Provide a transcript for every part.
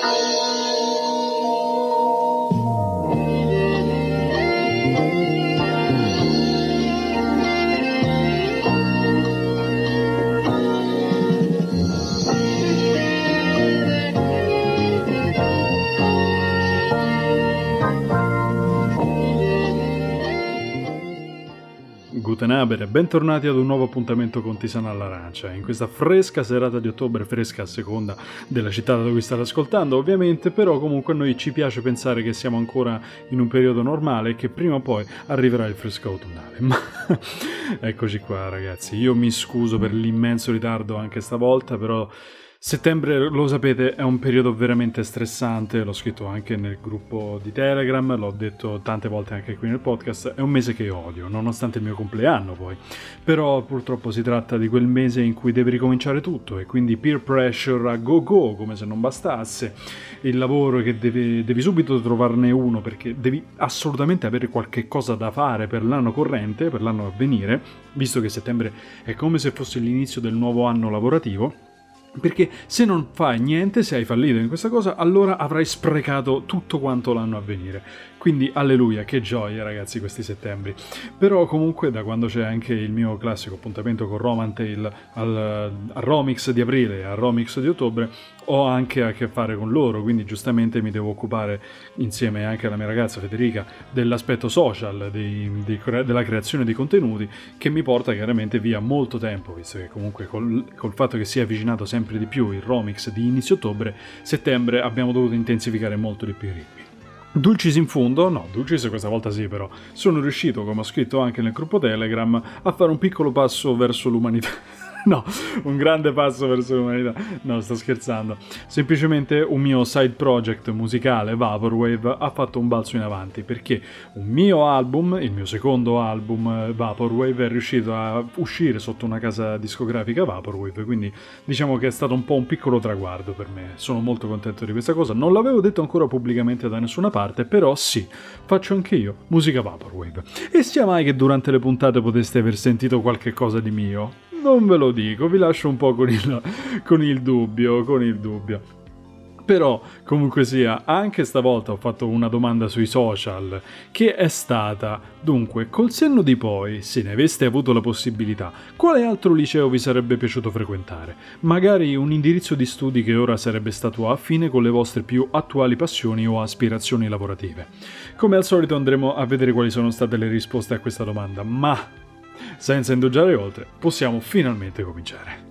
Guten Abend e bentornati ad un nuovo appuntamento con Tisana all'Arancia. In questa fresca serata di ottobre, fresca a seconda della città da cui state ascoltando ovviamente, però comunque a noi ci piace pensare che siamo ancora in un periodo normale e che prima o poi arriverà il fresco autunnale. Ma eccoci qua ragazzi, io mi scuso per l'immenso ritardo anche stavolta, però settembre, lo sapete, è un periodo veramente stressante, l'ho scritto anche nel gruppo di Telegram, l'ho detto tante volte anche qui nel podcast, è un mese che odio, nonostante il mio compleanno poi, però purtroppo si tratta di quel mese in cui devi ricominciare tutto e quindi peer pressure a go go, come se non bastasse, il lavoro che devi subito trovarne uno perché devi assolutamente avere qualche cosa da fare per l'anno corrente, per l'anno a venire, visto che settembre è come se fosse l'inizio del nuovo anno lavorativo. Perché se non fai niente, se hai fallito in questa cosa, allora avrai sprecato tutto quanto l'anno a venire. Quindi alleluia, che gioia ragazzi questi settembri. Però comunque da quando c'è anche il mio classico appuntamento con Romantale al Romix di aprile, al Romix di ottobre, ho anche a che fare con loro, quindi giustamente mi devo occupare insieme anche alla mia ragazza Federica dell'aspetto social, della creazione di contenuti, che mi porta chiaramente via molto tempo, visto che comunque col fatto che si è avvicinato sempre di più il Romix di inizio ottobre, settembre abbiamo dovuto intensificare molto di più i ritmi. Dulcis in fondo, no, Dulcis questa volta sì però, sono riuscito, come ho scritto anche nel gruppo Telegram, a fare un piccolo passo verso l'umanità. No, un grande passo verso l'umanità. No, sto scherzando. Semplicemente un mio side project musicale, Vaporwave, ha fatto un balzo in avanti perché un mio album, il mio secondo album Vaporwave, è riuscito a uscire sotto una casa discografica Vaporwave, quindi diciamo che è stato un po' un piccolo traguardo per me. Sono molto contento di questa cosa. Non l'avevo detto ancora pubblicamente da nessuna parte, però sì, faccio anche io musica Vaporwave. E sia mai che durante le puntate poteste aver sentito qualche cosa di mio? Non ve lo dico, vi lascio un po' con il dubbio. Però, comunque sia, anche stavolta ho fatto una domanda sui social, che è stata, dunque, col senno di poi, se ne aveste avuto la possibilità, quale altro liceo vi sarebbe piaciuto frequentare? Magari un indirizzo di studi che ora sarebbe stato affine con le vostre più attuali passioni o aspirazioni lavorative. Come al solito andremo a vedere quali sono state le risposte a questa domanda, ma senza indugiare oltre, possiamo finalmente cominciare.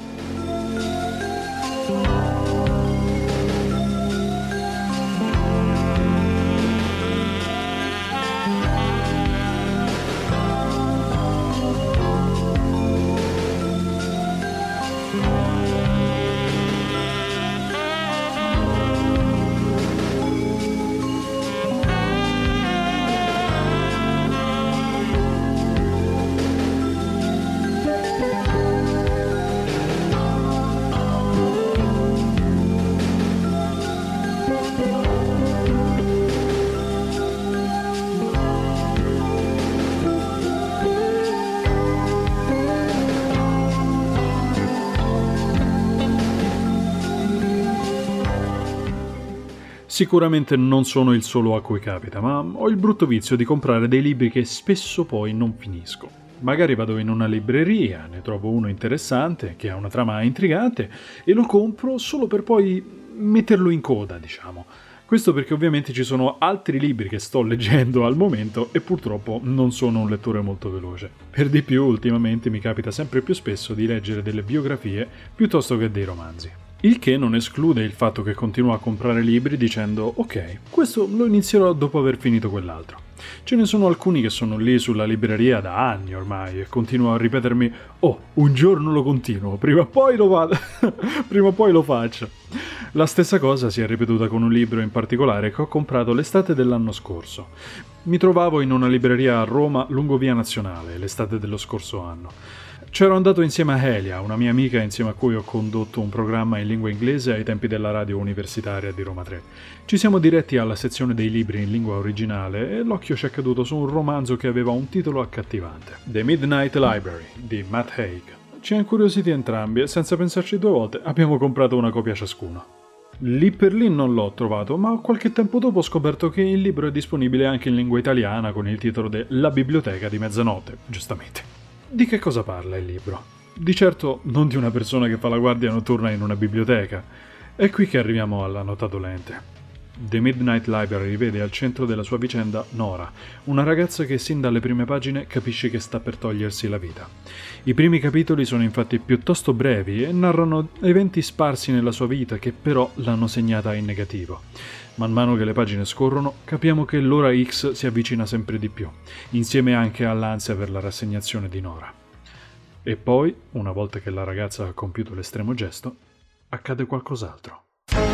Sicuramente non sono il solo a cui capita, ma ho il brutto vizio di comprare dei libri che spesso poi non finisco. Magari vado in una libreria, ne trovo uno interessante, che ha una trama intrigante, e lo compro solo per poi metterlo in coda, diciamo. Questo perché ovviamente ci sono altri libri che sto leggendo al momento e purtroppo non sono un lettore molto veloce. Per di più, ultimamente mi capita sempre più spesso di leggere delle biografie piuttosto che dei romanzi. Il che non esclude il fatto che continuo a comprare libri dicendo ok, questo lo inizierò dopo aver finito quell'altro. Ce ne sono alcuni che sono lì sulla libreria da anni ormai e continuo a ripetermi oh, un giorno lo continuo, prima o poi lo vado, prima o poi lo faccio. La stessa cosa si è ripetuta con un libro in particolare che ho comprato l'estate dell'anno scorso. Mi trovavo in una libreria a Roma lungo Via Nazionale l'estate dello scorso anno. C'ero andato insieme a Elia, una mia amica insieme a cui ho condotto un programma in lingua inglese ai tempi della radio universitaria di Roma 3. Ci siamo diretti alla sezione dei libri in lingua originale e l'occhio ci è caduto su un romanzo che aveva un titolo accattivante. The Midnight Library di Matt Haig. Ci ha incuriositi entrambi e senza pensarci due volte abbiamo comprato una copia ciascuno. Lì per lì non l'ho trovato, ma qualche tempo dopo ho scoperto che il libro è disponibile anche in lingua italiana con il titolo de La biblioteca di mezzanotte, giustamente. Di che cosa parla il libro? Di certo non di una persona che fa la guardia notturna in una biblioteca. È qui che arriviamo alla nota dolente. The Midnight Library vede al centro della sua vicenda Nora, una ragazza che sin dalle prime pagine capisce che sta per togliersi la vita. I primi capitoli sono infatti piuttosto brevi e narrano eventi sparsi nella sua vita che però l'hanno segnata in negativo. Man mano che le pagine scorrono, capiamo che l'ora X si avvicina sempre di più, insieme anche all'ansia per la rassegnazione di Nora. E poi, una volta che la ragazza ha compiuto l'estremo gesto, accade qualcos'altro.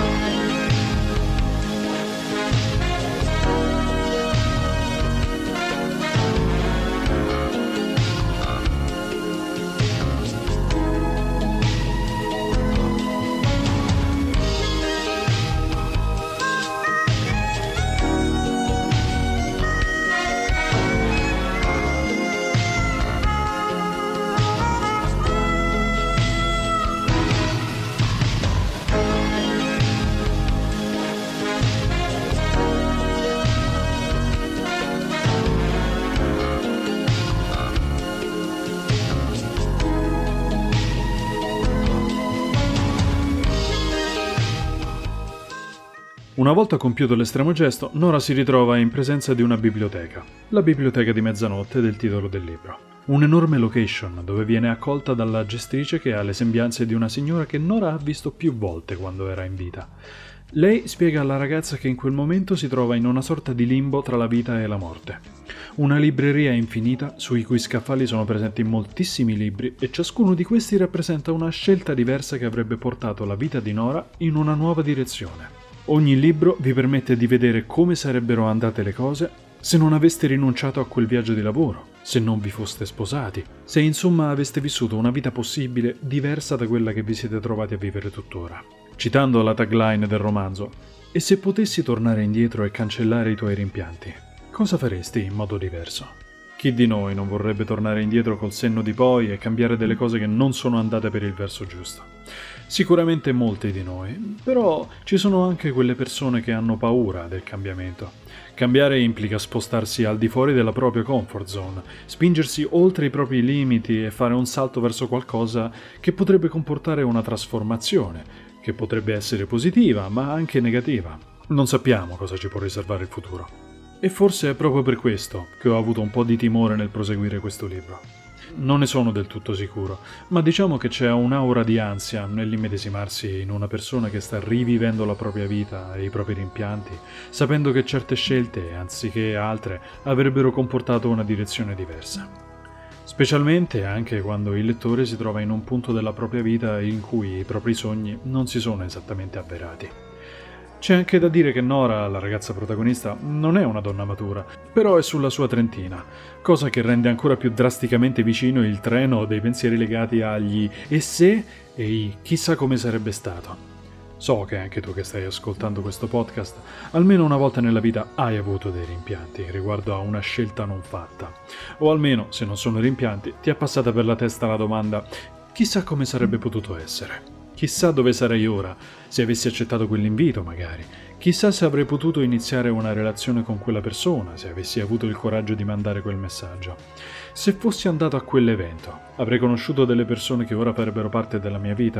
Una volta compiuto l'estremo gesto, Nora si ritrova in presenza di una biblioteca, la biblioteca di mezzanotte del titolo del libro. Un'enorme location dove viene accolta dalla gestrice che ha le sembianze di una signora che Nora ha visto più volte quando era in vita. Lei spiega alla ragazza che in quel momento si trova in una sorta di limbo tra la vita e la morte. Una libreria infinita sui cui scaffali sono presenti moltissimi libri e ciascuno di questi rappresenta una scelta diversa che avrebbe portato la vita di Nora in una nuova direzione. Ogni libro vi permette di vedere come sarebbero andate le cose se non aveste rinunciato a quel viaggio di lavoro, se non vi foste sposati, se insomma aveste vissuto una vita possibile diversa da quella che vi siete trovati a vivere tuttora. Citando la tagline del romanzo, e se potessi tornare indietro e cancellare i tuoi rimpianti, cosa faresti in modo diverso? Chi di noi non vorrebbe tornare indietro col senno di poi e cambiare delle cose che non sono andate per il verso giusto? Sicuramente molti di noi, però ci sono anche quelle persone che hanno paura del cambiamento. Cambiare implica spostarsi al di fuori della propria comfort zone, spingersi oltre i propri limiti e fare un salto verso qualcosa che potrebbe comportare una trasformazione, che potrebbe essere positiva ma anche negativa. Non sappiamo cosa ci può riservare il futuro. E forse è proprio per questo che ho avuto un po' di timore nel proseguire questo libro. Non ne sono del tutto sicuro, ma diciamo che c'è un'aura di ansia nell'immedesimarsi in una persona che sta rivivendo la propria vita e i propri rimpianti, sapendo che certe scelte, anziché altre, avrebbero comportato una direzione diversa. Specialmente anche quando il lettore si trova in un punto della propria vita in cui i propri sogni non si sono esattamente avverati. C'è anche da dire che Nora, la ragazza protagonista, non è una donna matura, però è sulla sua trentina, cosa che rende ancora più drasticamente vicino il treno dei pensieri legati agli e se e i chissà come sarebbe stato. So che anche tu che stai ascoltando questo podcast, almeno una volta nella vita hai avuto dei rimpianti riguardo a una scelta non fatta, o almeno, se non sono rimpianti, ti è passata per la testa la domanda chissà come sarebbe potuto essere. Chissà dove sarei ora, se avessi accettato quell'invito magari. Chissà se avrei potuto iniziare una relazione con quella persona, se avessi avuto il coraggio di mandare quel messaggio. Se fossi andato a quell'evento, avrei conosciuto delle persone che ora farebbero parte della mia vita?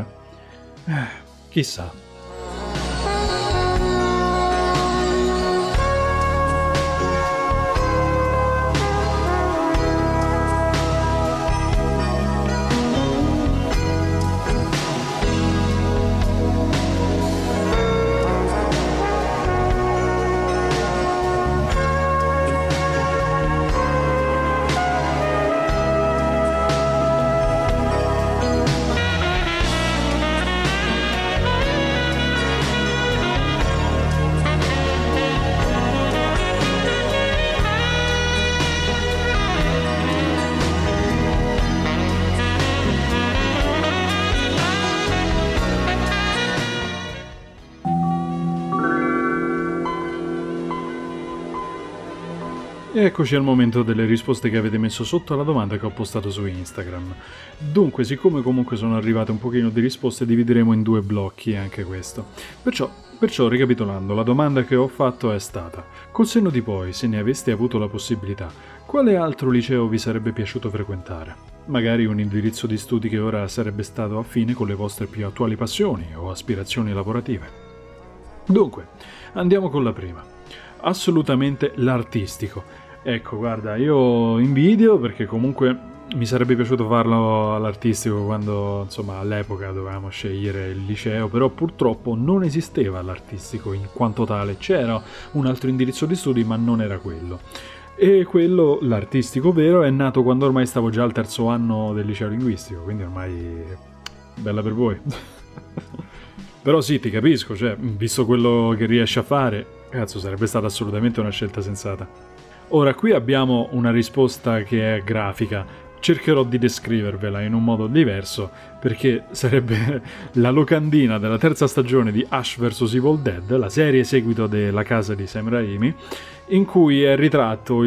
Chissà. E eccoci al momento delle risposte che avete messo sotto alla domanda che ho postato su Instagram. Dunque, siccome comunque sono arrivate un pochino di risposte, divideremo in 2 blocchi anche questo. Perciò, ricapitolando, la domanda che ho fatto è stata: col senno di poi, se ne aveste avuto la possibilità, quale altro liceo vi sarebbe piaciuto frequentare? Magari un indirizzo di studi che ora sarebbe stato affine con le vostre più attuali passioni o aspirazioni lavorative. Dunque, andiamo con la prima. Assolutamente l'artistico. Ecco, guarda, io invidio perché comunque mi sarebbe piaciuto farlo all'artistico quando, insomma, all'epoca dovevamo scegliere il liceo, però purtroppo non esisteva l'artistico in quanto tale. C'era un altro indirizzo di studi, ma non era quello. E quello, l'artistico vero, è nato quando ormai stavo già al 3° anno del liceo linguistico, quindi ormai bella per voi. Però sì, ti capisco, cioè, visto quello che riesci a fare, cazzo, sarebbe stata assolutamente una scelta sensata. Ora, qui abbiamo una risposta che è grafica. Cercherò di descrivervela in un modo diverso, perché sarebbe la locandina della 3ª stagione di Ash vs Evil Dead, la serie seguito della casa di Sam Raimi, in cui è ritratto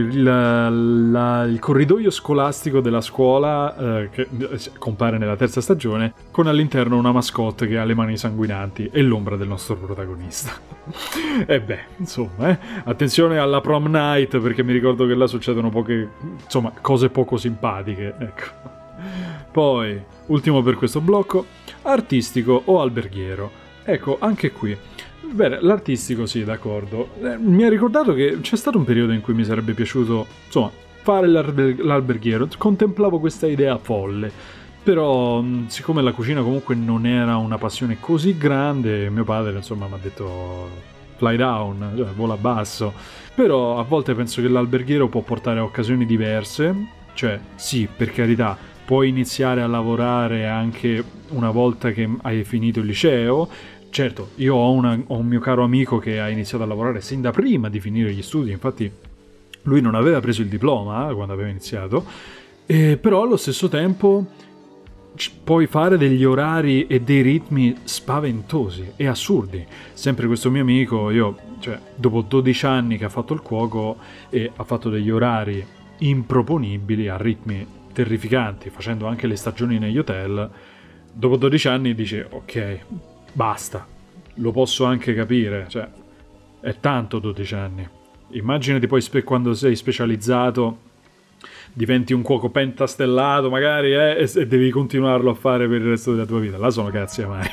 il corridoio scolastico della scuola che compare nella 3ª stagione, con all'interno una mascotte che ha le mani sanguinanti e l'ombra del nostro protagonista. E beh, insomma, attenzione alla prom night, perché mi ricordo che là succedono cose poco simpatiche, ecco. Poi, ultimo per questo blocco, artistico o alberghiero. Ecco, anche qui. Beh, l'artistico sì, d'accordo. Mi ha ricordato che c'è stato un periodo in cui mi sarebbe piaciuto, insomma, fare l'alberghiero. Contemplavo questa idea folle. Però, siccome la cucina comunque non era una passione così grande, mio padre, insomma, mi ha detto fly down, cioè vola basso. Però a volte penso che l'alberghiero può portare a occasioni diverse. Cioè, sì, per carità, puoi iniziare a lavorare anche una volta che hai finito il liceo. Certo, io ho un mio caro amico che ha iniziato a lavorare sin da prima di finire gli studi, infatti lui non aveva preso il diploma quando aveva iniziato, però allo stesso tempo puoi fare degli orari e dei ritmi spaventosi e assurdi. Sempre questo mio amico, dopo 12 anni che ha fatto il cuoco e ha fatto degli orari improponibili a ritmi terrificanti, facendo anche le stagioni negli hotel, dopo 12 anni dice ok, basta, lo posso anche capire, cioè è tanto 12 anni. Immaginati poi quando sei specializzato, diventi un cuoco pentastellato magari e devi continuarlo a fare per il resto della tua vita. Là sono cazzi amari.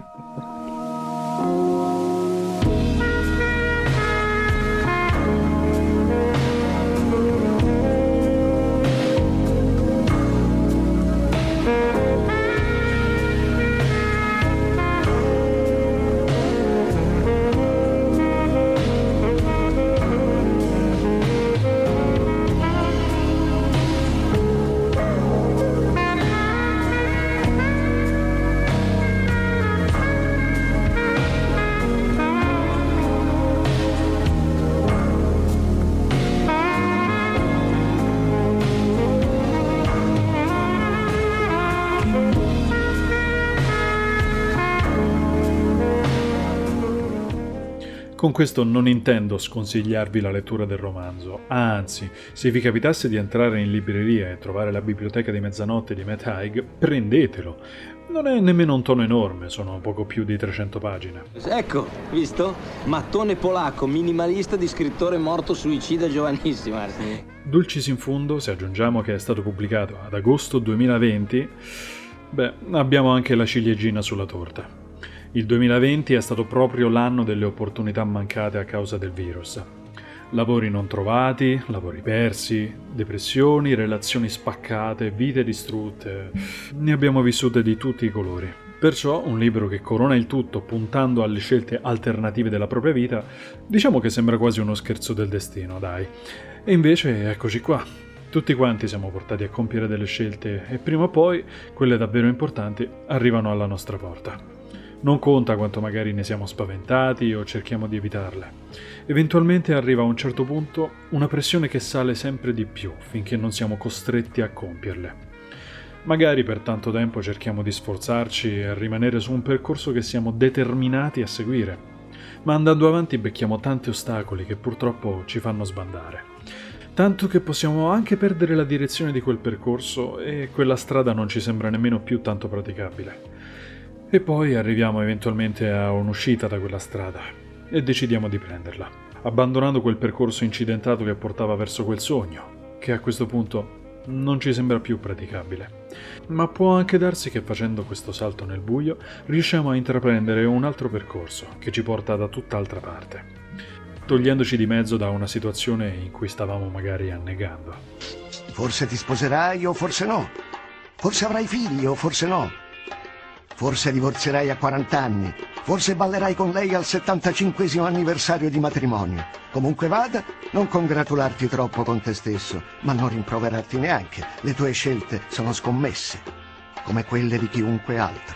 Con questo non intendo sconsigliarvi la lettura del romanzo, anzi, se vi capitasse di entrare in libreria e trovare la biblioteca di mezzanotte di Matt Haig, prendetelo. Non è nemmeno un tono enorme, sono poco più di 300 pagine. Ecco, visto? Mattone polacco, minimalista di scrittore morto suicida giovanissimo. Dulcis in fundo, se aggiungiamo che è stato pubblicato ad agosto 2020, abbiamo anche la ciliegina sulla torta. Il 2020 è stato proprio l'anno delle opportunità mancate a causa del virus. Lavori non trovati, lavori persi, depressioni, relazioni spaccate, vite distrutte. Ne abbiamo vissute di tutti i colori. Perciò un libro che corona il tutto puntando alle scelte alternative della propria vita, diciamo che sembra quasi uno scherzo del destino, dai. E invece eccoci qua. Tutti quanti siamo portati a compiere delle scelte e prima o poi, quelle davvero importanti, arrivano alla nostra porta. Non conta quanto magari ne siamo spaventati o cerchiamo di evitarle. Eventualmente arriva a un certo punto una pressione che sale sempre di più finché non siamo costretti a compierle. Magari per tanto tempo cerchiamo di sforzarci e rimanere su un percorso che siamo determinati a seguire, ma andando avanti becchiamo tanti ostacoli che purtroppo ci fanno sbandare. tanto che possiamo anche perdere la direzione di quel percorso e quella strada non ci sembra nemmeno più tanto praticabile. E poi arriviamo eventualmente a un'uscita da quella strada e decidiamo di prenderla, abbandonando quel percorso incidentato che portava verso quel sogno, che a questo punto non ci sembra più praticabile. Ma può anche darsi che facendo questo salto nel buio riusciamo a intraprendere un altro percorso che ci porta da tutt'altra parte, togliendoci di mezzo da una situazione in cui stavamo magari annegando. Forse ti sposerai o forse no. Forse avrai figli o forse no. Forse divorzierai a 40 anni. Forse ballerai con lei al 75° anniversario di matrimonio. Comunque vada, non congratularti troppo con te stesso, ma non rimproverarti neanche. Le tue scelte sono scommesse, come quelle di chiunque altro.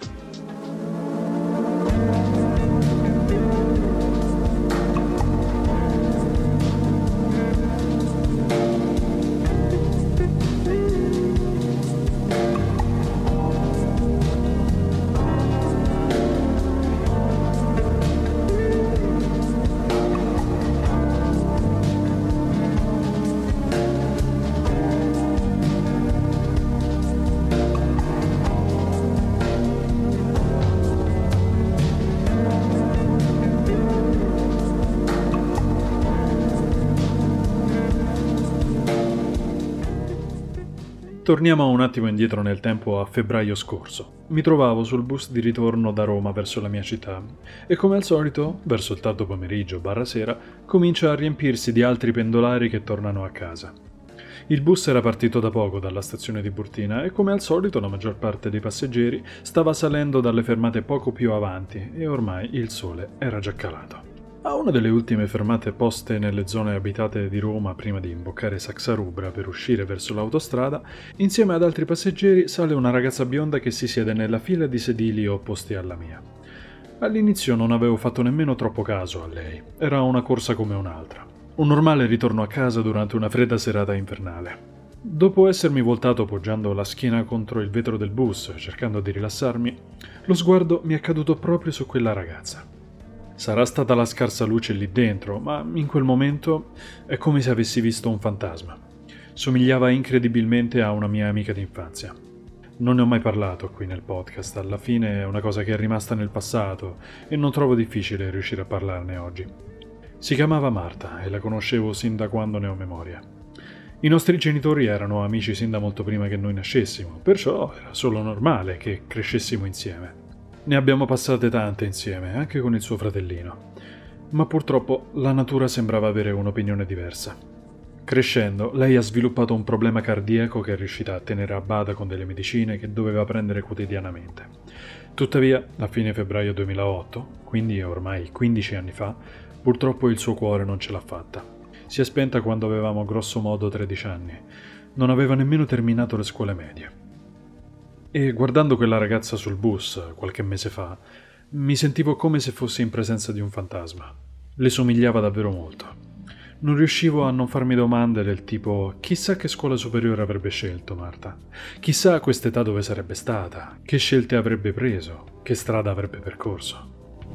Torniamo un attimo indietro nel tempo a febbraio scorso. Mi trovavo sul bus di ritorno da Roma verso la mia città e come al solito, verso il tardo pomeriggio / sera, comincia a riempirsi di altri pendolari che tornano a casa. Il bus era partito da poco dalla stazione di Burtina e come al solito la maggior parte dei passeggeri stava salendo dalle fermate poco più avanti e ormai il sole era già calato. A una delle ultime fermate poste nelle zone abitate di Roma prima di imboccare Saxarubra per uscire verso l'autostrada, insieme ad altri passeggeri sale una ragazza bionda che si siede nella fila di sedili opposti alla mia. All'inizio non avevo fatto nemmeno troppo caso a lei, era una corsa come un'altra. Un normale ritorno a casa durante una fredda serata invernale. Dopo essermi voltato poggiando la schiena contro il vetro del bus, cercando di rilassarmi, lo sguardo mi è caduto proprio su quella ragazza. Sarà stata la scarsa luce lì dentro, ma in quel momento è come se avessi visto un fantasma. Somigliava incredibilmente a una mia amica d'infanzia. Non ne ho mai parlato qui nel podcast, alla fine è una cosa che è rimasta nel passato e non trovo difficile riuscire a parlarne oggi. Si chiamava Marta e la conoscevo sin da quando ne ho memoria. I nostri genitori erano amici sin da molto prima che noi nascessimo, perciò era solo normale che crescessimo insieme. Ne abbiamo passate tante insieme, anche con il suo fratellino. Ma purtroppo la natura sembrava avere un'opinione diversa. Crescendo, lei ha sviluppato un problema cardiaco che è riuscita a tenere a bada con delle medicine che doveva prendere quotidianamente. Tuttavia, a fine febbraio 2008, quindi ormai 15 anni fa, purtroppo il suo cuore non ce l'ha fatta. Si è spenta quando avevamo grosso modo 13 anni. Non aveva nemmeno terminato le scuole medie. E guardando quella ragazza sul bus, qualche mese fa, mi sentivo come se fossi in presenza di un fantasma. Le somigliava davvero molto. Non riuscivo a non farmi domande del tipo: chissà che scuola superiore avrebbe scelto Marta, chissà a quest'età dove sarebbe stata, che scelte avrebbe preso, che strada avrebbe percorso.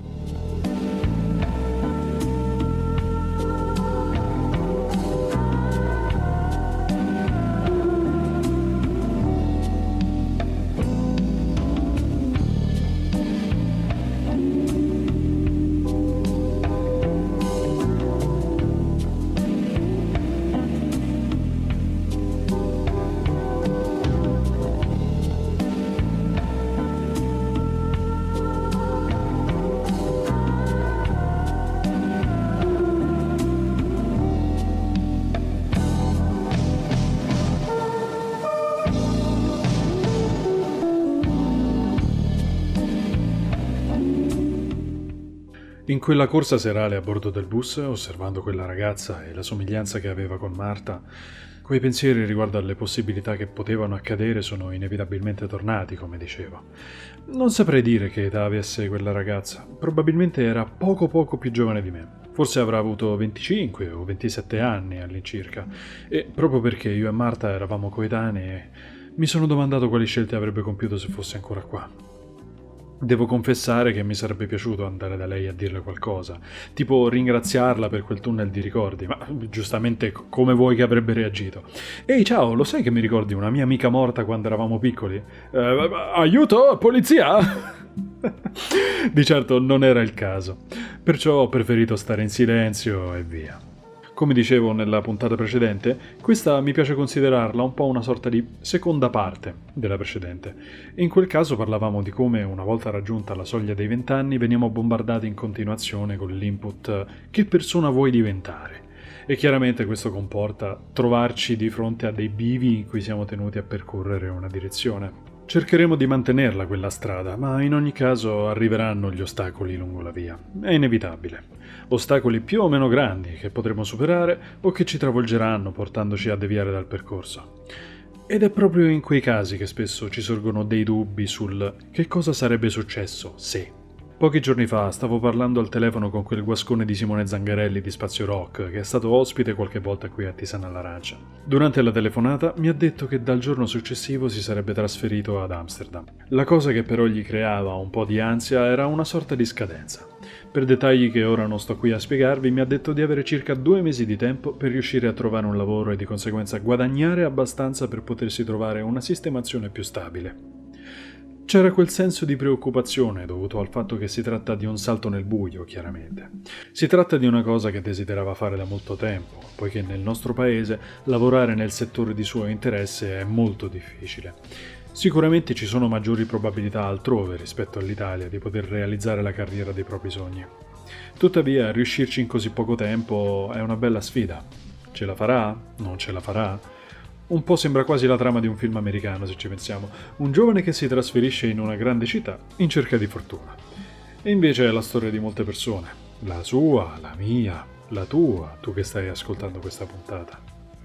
In quella corsa serale a bordo del bus, osservando quella ragazza e la somiglianza che aveva con Marta, quei pensieri riguardo alle possibilità che potevano accadere sono inevitabilmente tornati, come dicevo. Non saprei dire che età avesse quella ragazza, probabilmente era poco più giovane di me. Forse avrà avuto 25 o 27 anni all'incirca, e proprio perché io e Marta eravamo coetanei, mi sono domandato quali scelte avrebbe compiuto se fosse ancora qua. Devo confessare che mi sarebbe piaciuto andare da lei a dirle qualcosa, tipo ringraziarla per quel tunnel di ricordi, ma giustamente come vuoi che avrebbe reagito? Ehi, ciao, lo sai che mi ricordi una mia amica morta quando eravamo piccoli? Aiuto, polizia! Di certo non era il caso, perciò ho preferito stare in silenzio e via. Come dicevo nella puntata precedente, questa mi piace considerarla un po' una sorta di seconda parte della precedente. In quel caso parlavamo di come, una volta raggiunta la soglia dei 20 anni, veniamo bombardati in continuazione con l'input «che persona vuoi diventare?». E chiaramente questo comporta trovarci di fronte a dei bivi in cui siamo tenuti a percorrere una direzione. Cercheremo di mantenerla quella strada, ma in ogni caso arriveranno gli ostacoli lungo la via. È inevitabile. Ostacoli più o meno grandi che potremo superare o che ci travolgeranno portandoci a deviare dal percorso. Ed è proprio in quei casi che spesso ci sorgono dei dubbi sul che cosa sarebbe successo se. Pochi giorni fa stavo parlando al telefono con quel guascone di Simone Zangarelli di Spazio Rock, che è stato ospite qualche volta qui a Tisana all'Arancia. Durante la telefonata mi ha detto che dal giorno successivo si sarebbe trasferito ad Amsterdam. La cosa che però gli creava un po' di ansia era una sorta di scadenza. Per dettagli che ora non sto qui a spiegarvi, mi ha detto di avere circa 2 mesi di tempo per riuscire a trovare un lavoro e di conseguenza guadagnare abbastanza per potersi trovare una sistemazione più stabile. C'era quel senso di preoccupazione dovuto al fatto che si tratta di un salto nel buio, chiaramente. Si tratta di una cosa che desiderava fare da molto tempo, poiché nel nostro paese lavorare nel settore di suo interesse è molto difficile. Sicuramente ci sono maggiori probabilità altrove rispetto all'Italia di poter realizzare la carriera dei propri sogni. Tuttavia, riuscirci in così poco tempo è una bella sfida. Ce la farà? Non ce la farà? Un po' sembra quasi la trama di un film americano, se ci pensiamo. Un giovane che si trasferisce in una grande città in cerca di fortuna. E invece è la storia di molte persone. La sua, la mia, la tua, tu che stai ascoltando questa puntata.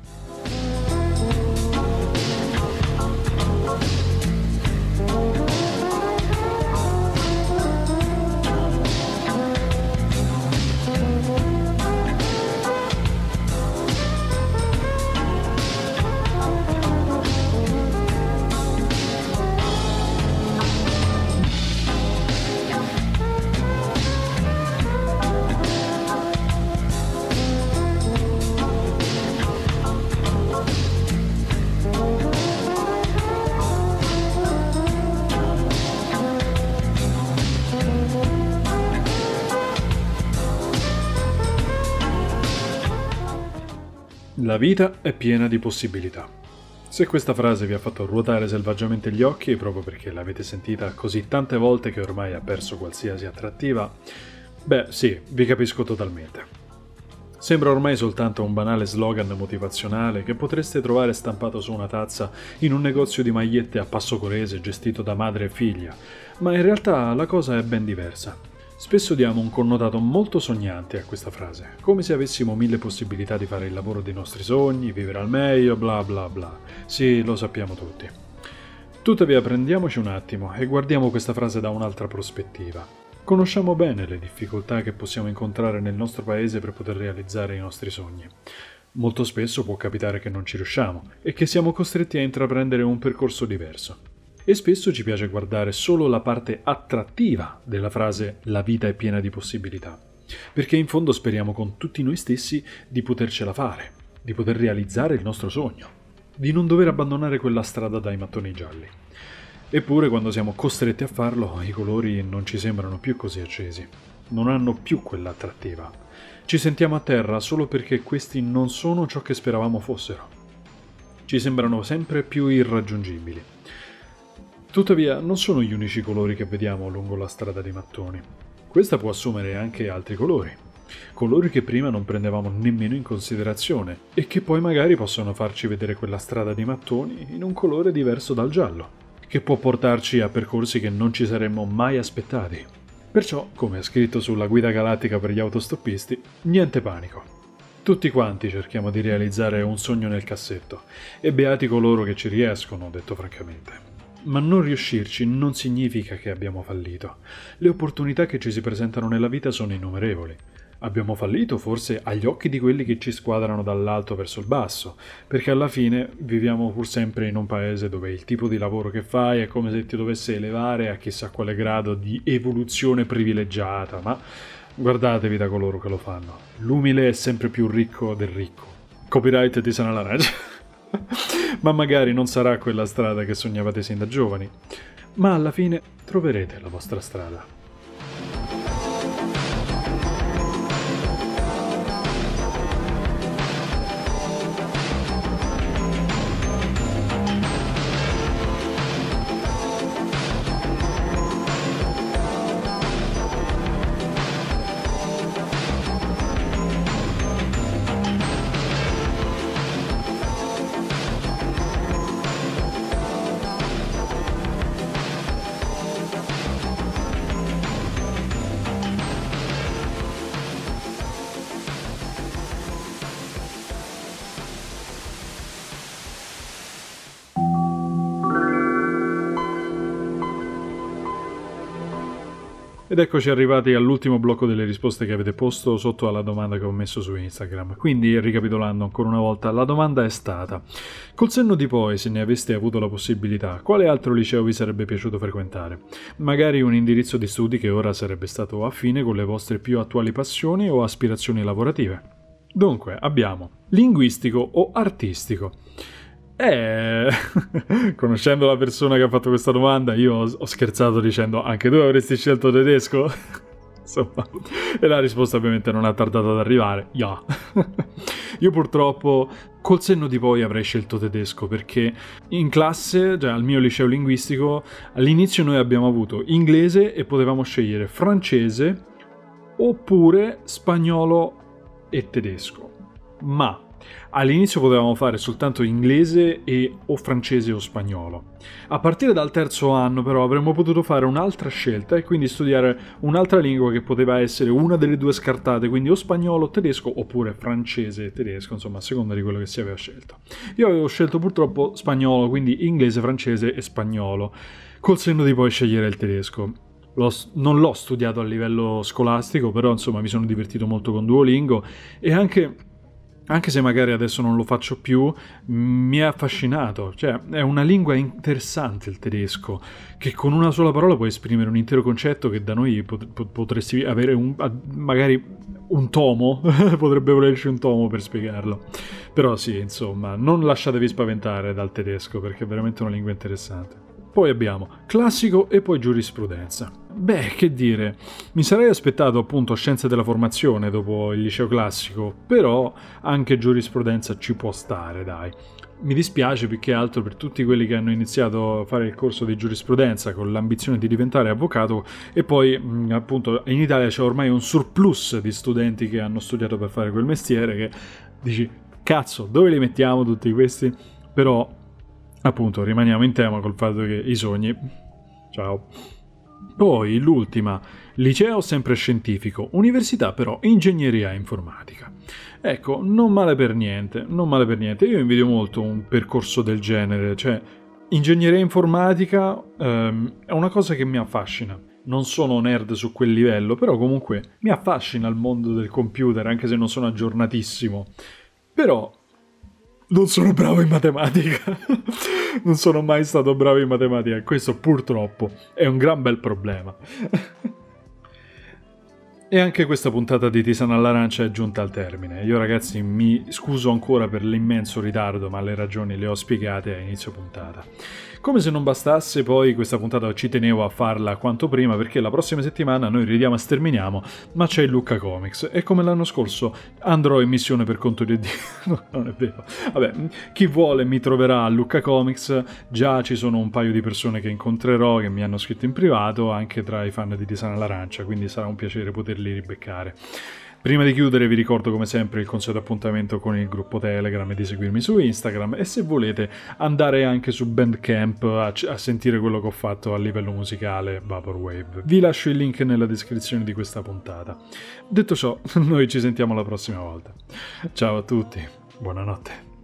La vita è piena di possibilità. Se questa frase vi ha fatto ruotare selvaggiamente gli occhi è proprio perché l'avete sentita così tante volte che ormai ha perso qualsiasi attrattiva, beh sì, vi capisco totalmente. Sembra ormai soltanto un banale slogan motivazionale che potreste trovare stampato su una tazza in un negozio di magliette a passo corese gestito da madre e figlia, ma in realtà la cosa è ben diversa. Spesso diamo un connotato molto sognante a questa frase, come se avessimo 1000 possibilità di fare il lavoro dei nostri sogni, vivere al meglio, bla bla bla. Sì, lo sappiamo tutti. Tuttavia prendiamoci un attimo e guardiamo questa frase da un'altra prospettiva. Conosciamo bene le difficoltà che possiamo incontrare nel nostro paese per poter realizzare i nostri sogni. Molto spesso può capitare che non ci riusciamo e che siamo costretti a intraprendere un percorso diverso. E spesso ci piace guardare solo la parte attrattiva della frase «la vita è piena di possibilità», perché in fondo speriamo con tutti noi stessi di potercela fare, di poter realizzare il nostro sogno, di non dover abbandonare quella strada dai mattoni gialli. Eppure quando siamo costretti a farlo, i colori non ci sembrano più così accesi, non hanno più quell'attrattiva. Ci sentiamo a terra solo perché questi non sono ciò che speravamo fossero. Ci sembrano sempre più irraggiungibili. Tuttavia, non sono gli unici colori che vediamo lungo la strada dei mattoni. Questa può assumere anche altri colori. Colori che prima non prendevamo nemmeno in considerazione e che poi magari possono farci vedere quella strada di mattoni in un colore diverso dal giallo, che può portarci a percorsi che non ci saremmo mai aspettati. Perciò, come è scritto sulla guida galattica per gli autostoppisti, niente panico. Tutti quanti cerchiamo di realizzare un sogno nel cassetto, e beati coloro che ci riescono, detto francamente. Ma non riuscirci non significa che abbiamo fallito. Le opportunità che ci si presentano nella vita sono innumerevoli. Abbiamo fallito forse agli occhi di quelli che ci squadrano dall'alto verso il basso, perché alla fine viviamo pur sempre in un paese dove il tipo di lavoro che fai è come se ti dovesse elevare a chissà quale grado di evoluzione privilegiata, ma guardatevi da coloro che lo fanno. L'umile è sempre più ricco del ricco. Copyright di Sana Larancia. Ma magari non sarà quella strada che sognavate sin da giovani, ma alla fine troverete la vostra strada. Ed eccoci arrivati all'ultimo blocco delle risposte che avete posto sotto alla domanda che ho messo su Instagram. Quindi, ricapitolando ancora una volta, la domanda è stata: col senno di poi, se ne aveste avuto la possibilità, quale altro liceo vi sarebbe piaciuto frequentare? Magari un indirizzo di studi che ora sarebbe stato affine con le vostre più attuali passioni o aspirazioni lavorative. Dunque, abbiamo linguistico o artistico. Conoscendo la persona che ha fatto questa domanda, io ho scherzato dicendo: anche tu avresti scelto tedesco? Insomma, e la risposta ovviamente non ha tardato ad arrivare. Yeah. Io purtroppo col senno di poi avrei scelto tedesco, perché in classe, cioè al mio liceo linguistico, all'inizio noi abbiamo avuto inglese e potevamo scegliere francese oppure spagnolo e tedesco. Ma all'inizio potevamo fare soltanto inglese e o francese o spagnolo. A partire dal terzo anno però avremmo potuto fare un'altra scelta e quindi studiare un'altra lingua che poteva essere una delle due scartate, quindi o spagnolo o tedesco oppure francese e tedesco, insomma a seconda di quello che si aveva scelto. Io avevo scelto purtroppo spagnolo, quindi inglese, francese e spagnolo. Col senno di poi scegliere il tedesco. Non l'ho studiato a livello scolastico, però insomma mi sono divertito molto con Duolingo e anche se magari adesso non lo faccio più, mi è affascinato. Cioè, è una lingua interessante il tedesco, che con una sola parola può esprimere un intero concetto che da noi potresti avere magari un tomo, potrebbe volerci un tomo per spiegarlo. Però sì, insomma, non lasciatevi spaventare dal tedesco, perché è veramente una lingua interessante. Poi abbiamo classico e poi giurisprudenza. Beh, che dire, mi sarei aspettato appunto scienze della formazione dopo il liceo classico, però anche giurisprudenza ci può stare, dai. Mi dispiace più che altro per tutti quelli che hanno iniziato a fare il corso di giurisprudenza con l'ambizione di diventare avvocato e poi appunto in Italia c'è ormai un surplus di studenti che hanno studiato per fare quel mestiere che dici, cazzo, dove li mettiamo tutti questi? Però appunto rimaniamo in tema col fatto che i sogni... Ciao. Poi l'ultima, liceo sempre scientifico, università però ingegneria informatica. Ecco, non male per niente. Io invidio molto un percorso del genere, cioè ingegneria informatica è una cosa che mi affascina. Non sono nerd su quel livello, però comunque mi affascina il mondo del computer, anche se non sono aggiornatissimo. Però non sono bravo in matematica. Non sono mai stato bravo in matematica. Questo purtroppo è un gran bel problema. E anche questa puntata di Tisana all'Arancia è giunta al termine. Io ragazzi mi scuso ancora per l'immenso ritardo, ma le ragioni le ho spiegate a inizio puntata. Come se non bastasse, poi questa puntata ci tenevo a farla quanto prima, perché la prossima settimana noi ridiamo e sterminiamo, ma c'è il Lucca Comics e come l'anno scorso andrò in missione per conto di Dio. No, non è vero. Vabbè, chi vuole mi troverà a Lucca Comics. Già ci sono un paio di persone che incontrerò che mi hanno scritto in privato, anche tra i fan di Tisana all'Arancia, quindi sarà un piacere poterli ribeccare. Prima di chiudere vi ricordo come sempre il consueto appuntamento con il gruppo Telegram e di seguirmi su Instagram e se volete andare anche su Bandcamp a sentire quello che ho fatto a livello musicale Vaporwave. Vi lascio il link nella descrizione di questa puntata. Detto ciò, noi ci sentiamo la prossima volta. Ciao a tutti, buonanotte.